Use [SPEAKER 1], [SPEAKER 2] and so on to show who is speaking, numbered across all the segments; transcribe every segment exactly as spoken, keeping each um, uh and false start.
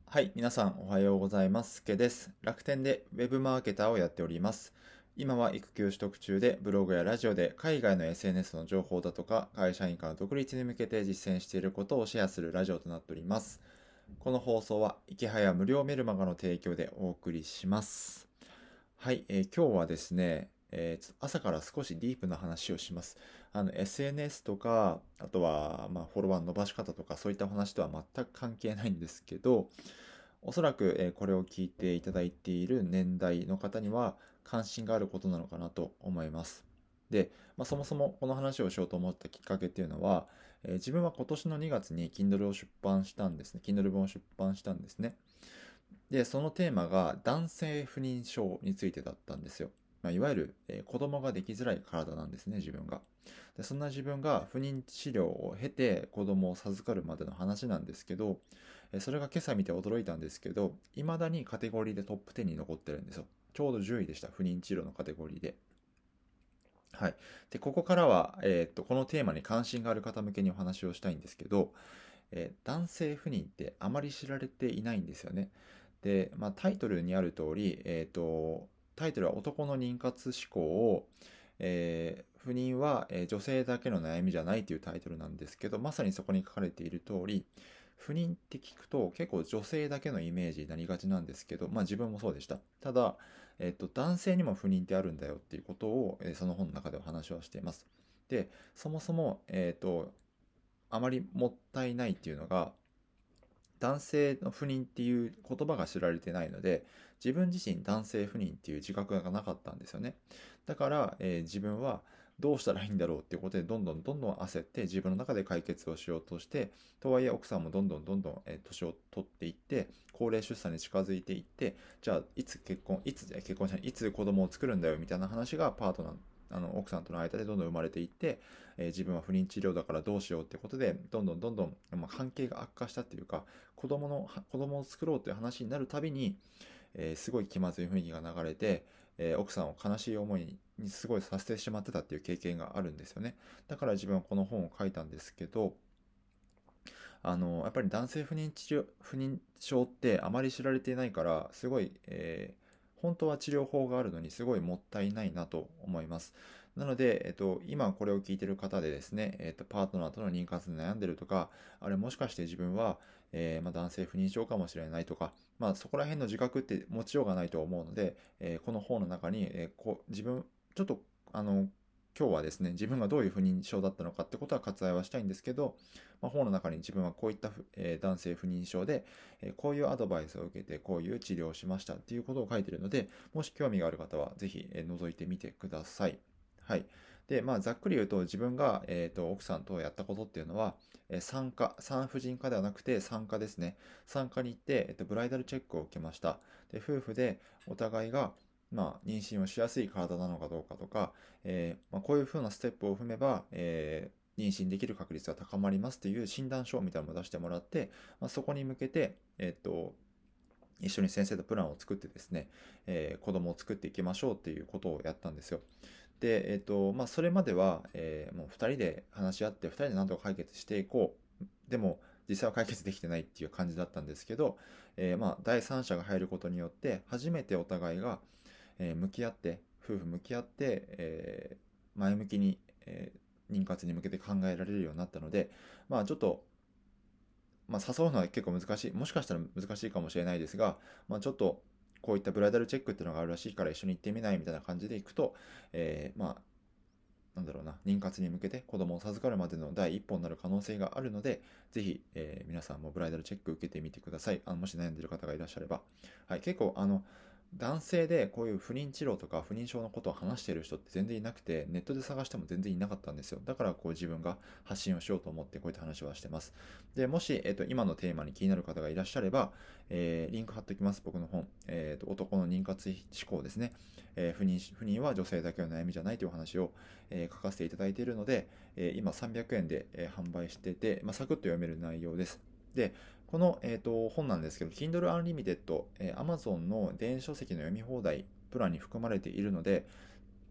[SPEAKER 1] はい、皆さんおはようございます。すけです。楽天でウェブマーケターをやっております。今は育休取得中で、ブログやラジオで海外の エスエヌエス の情報だとか、会社員から独立に向けて実践していることをシェアするラジオとなっております。この放送は、いきはや無料メルマガの提供でお送りします。はい、えー今日はですね、えー朝から少しディープな話をします。あの エスエヌエス とか、あとは、まあ、フォロワーの伸ばし方とか、そういったお話とは全く関係ないんですけど、おそらく、えーこれを聞いていただいている年代の方には関心があることなのかなと思います。で、まあ、そもそもこの話をしようと思ったきっかけっていうのは、えー自分は今年のにがつに Kindle を出版したんですね。Kindle 本を出版したんですね。で、そのテーマが男性不妊症についてだったんですよ。まあ、いわゆる、えー子供ができづらい体なんですね、自分が。で、そんな自分が不妊治療を経て子供を授かるまでの話なんですけど、えーそれが今朝見て驚いたんですけど、未だにカテゴリーでトップじゅうに残ってるんですよ。ちょうどじゅういでした、不妊治療のカテゴリーで。はい。で、ここからは、えーっと、このテーマに関心がある方向けにお話をしたいんですけど、えー男性不妊ってあまり知られていないんですよね。で、まあ、タイトルにある通り、えっと、タイトルは男の妊活思考を、えー不妊は、えー女性だけの悩みじゃないというタイトルなんですけど、まさにそこに書かれている通り、不妊って聞くと結構女性だけのイメージになりがちなんですけど、まあ自分もそうでした。ただ、えっと、男性にも不妊ってあるんだよっていうことを、えーその本の中でお話をしています。で、そもそも、えっと、あまりもったいないっていうのが、男性の不妊っていう言葉が知られてないので、自分自身男性不妊っていう自覚がなかったんですよね。だから、えー自分はどうしたらいいんだろうっていうことで、どんどんどんどん焦って自分の中で解決をしようとして、とはいえ奥さんもどんどんどんどん、えー年を取っていって、高齢出産に近づいていって、じゃあいつ結婚、いつ、結婚しない、いつ子供を作るんだよみたいな話がパートナー、あの奥さんとの間でどんどん生まれていって、えー自分は不妊治療だからどうしようってことで、どんどんどんどん、まあ、関係が悪化したっていうか、子供の、子供を作ろうという話になるたびに、えーすごい気まずい雰囲気が流れて、えー奥さんを悲しい思いにすごいさせてしまってたっていう経験があるんですよね。だから自分はこの本を書いたんですけど、あの、やっぱり男性不妊治療、不妊症ってあまり知られていないから、すごい、えー本当は治療法があるのにすごいもったいないなと思います。なので、えっと、今これを聞いている方でですね、えっと、パートナーとの妊活で悩んでるとか、あれもしかして自分は、えーまあ、男性不妊症かもしれないとか、まあ、そこら辺の自覚って持ちようがないと思うので、えーこの本の中に、えーこう自分、ちょっと、あの、今日はですね、自分がどういう不妊症だったのかってことは割愛はしたいんですけど、まあ、本の中に自分はこういった、えー男性不妊症で、えーこういうアドバイスを受けてこういう治療をしましたっていうことを書いているので、もし興味がある方はぜひ、えー覗いてみてください。はい。で、まあ、ざっくり言うと自分が、えーと、奥さんとやったことっていうのは、えー産科、産婦人科ではなくて産科ですね。産科に行って、えっと、ブライダルチェックを受けました。で、夫婦でお互いが、まあ、妊娠をしやすい体なのかどうかとか、えーまあ、こういう風なステップを踏めば、えー妊娠できる確率が高まりますっていう診断書みたいなのを出してもらって、まあ、そこに向けて、えっと、一緒に先生とプランを作ってですね、えー子供を作っていきましょうっていうことをやったんですよ。で、えっと、まあ、それまでは、えーもうふたりで話し合って、ふたりで何とか解決していこう。でも、実際は解決できてないっていう感じだったんですけど、えーまあ、第三者が入ることによって、初めてお互いが、えー向き合って、夫婦向き合って、えー前向きに、えー妊活に向けて考えられるようになったので、まあちょっと、まあ誘うのは結構難しい、もしかしたら難しいかもしれないですが、まあちょっと、こういったブライダルチェックっていうのがあるらしいから一緒に行ってみないみたいな感じで行くと、えーまあなんだろうな、妊活に向けて子供を授かるまでの第一歩になる可能性があるので、ぜひ、えー皆さんもブライダルチェック受けてみてください。あのもし悩んでいる方がいらっしゃれば。はい、結構、あの、男性でこういう不妊治療とか不妊症のことを話している人って全然いなくて、ネットで探しても全然いなかったんですよ。だからこう自分が発信をしようと思ってこういった話はしてます。で、もし、えっと、今のテーマに気になる方がいらっしゃれば、えーリンク貼っておきます。僕の本。えっと、男の妊活思考ですね。えー不妊、不妊は女性だけの悩みじゃないというお話を、えー書かせていただいているので、えー今さんびゃくえんで、えー販売してて、まあ、サクッと読める内容です。で、この、えーと本なんですけど、Kindle Unlimited、えー Amazon の電子書籍の読み放題プランに含まれているので、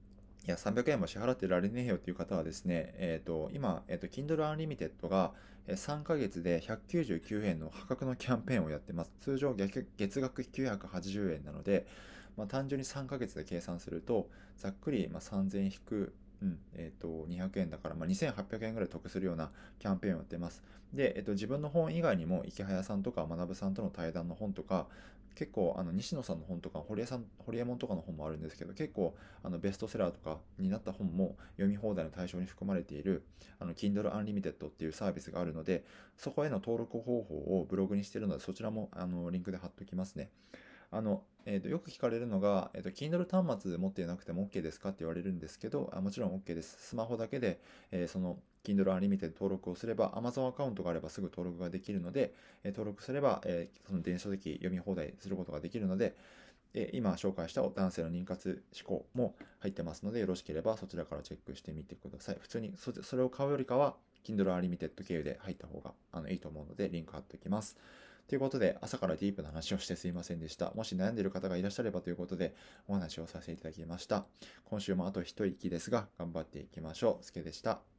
[SPEAKER 1] いや、さんびゃくえんも支払ってられねえよっていう方はですね、えっと、今、えっと、Kindle Unlimited がえーさんかげつでひゃくきゅうじゅうきゅうえんの破格のキャンペーンをやってます。通常月月額きゅうひゃくはちじゅうえんなので、まあ、単純にさんかげつで計算すると、ざっくり、まあ、さんぜん引く、うん、えっと、にひゃくえんだから、まあ、にせんはっぴゃくえんぐらい得するようなキャンペーンをやってます。で、えっと、自分の本以外にも、池早さんとか学さんとの対談の本とか、結構、あの、西野さんの本とか、堀江さん、堀江門とかの本もあるんですけど、結構、あのベストセラーとかになった本も読み放題の対象に含まれているあの Kindle Unlimited っていうサービスがあるので、そこへの登録方法をブログにしているので、そちらもあのリンクで貼っておきますね。あの、えーと、よく聞かれるのが、えーと、Kindle 端末持っていなくても OK ですかって言われるんですけど、あもちろん OK です。スマホだけで、えーその Kindle Unlimited 登録をすれば、Amazon アカウントがあればすぐ登録ができるので、えー登録すれば、えーその電子書籍読み放題することができるので、で今紹介した男性の妊活思考も入ってますので、よろしければそちらからチェックしてみてください。普通にそそれを買うよりかは、Kindle Unlimited 経由で入った方があのいいと思うので、リンク貼っておきます。ということで、朝からディープな話をしてすいませんでした。もし悩んでいる方がいらっしゃればということで、お話をさせていただきました。今週もあと一息ですが、頑張っていきましょう。すけでした。